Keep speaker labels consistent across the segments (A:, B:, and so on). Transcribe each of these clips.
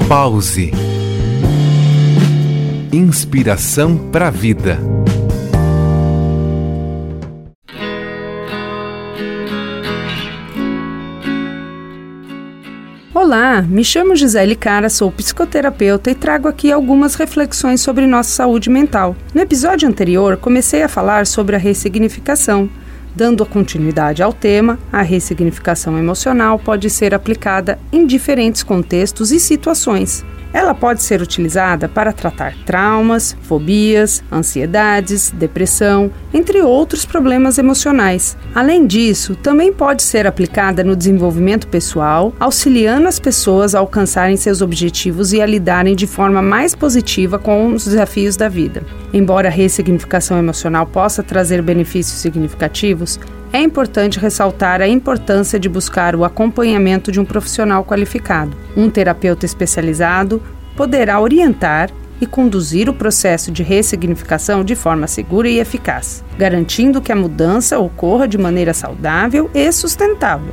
A: Pause. Inspiração para a vida.
B: Olá, me chamo Gisele Cara, sou psicoterapeuta e trago aqui algumas reflexões sobre nossa saúde mental. No episódio anterior, comecei a falar sobre a ressignificação. Dando continuidade ao tema, a ressignificação emocional pode ser aplicada em diferentes contextos e situações. Ela pode ser utilizada para tratar traumas, fobias, ansiedades, depressão, entre outros problemas emocionais. Além disso, também pode ser aplicada no desenvolvimento pessoal, auxiliando as pessoas a alcançarem seus objetivos e a lidarem de forma mais positiva com os desafios da vida. Embora a ressignificação emocional possa trazer benefícios significativos, é importante ressaltar a importância de buscar o acompanhamento de um profissional qualificado. Um terapeuta especializado poderá orientar e conduzir o processo de ressignificação de forma segura e eficaz, garantindo que a mudança ocorra de maneira saudável e sustentável.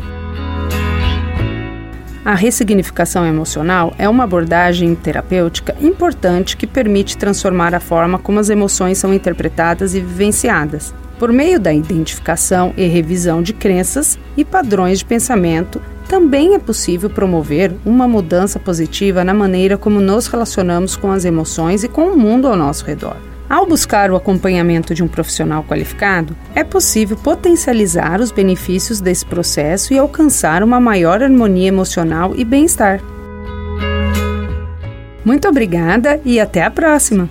B: A ressignificação emocional é uma abordagem terapêutica importante que permite transformar a forma como as emoções são interpretadas e vivenciadas, por meio da identificação e revisão de crenças e padrões de pensamento. Também é possível promover uma mudança positiva na maneira como nos relacionamos com as emoções e com o mundo ao nosso redor. Ao buscar o acompanhamento de um profissional qualificado, é possível potencializar os benefícios desse processo e alcançar uma maior harmonia emocional e bem-estar. Muito obrigada e até a próxima!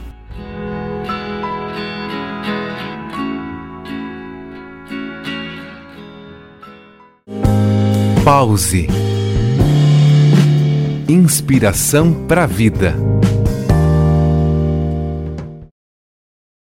A: Pause. Inspiração para a vida.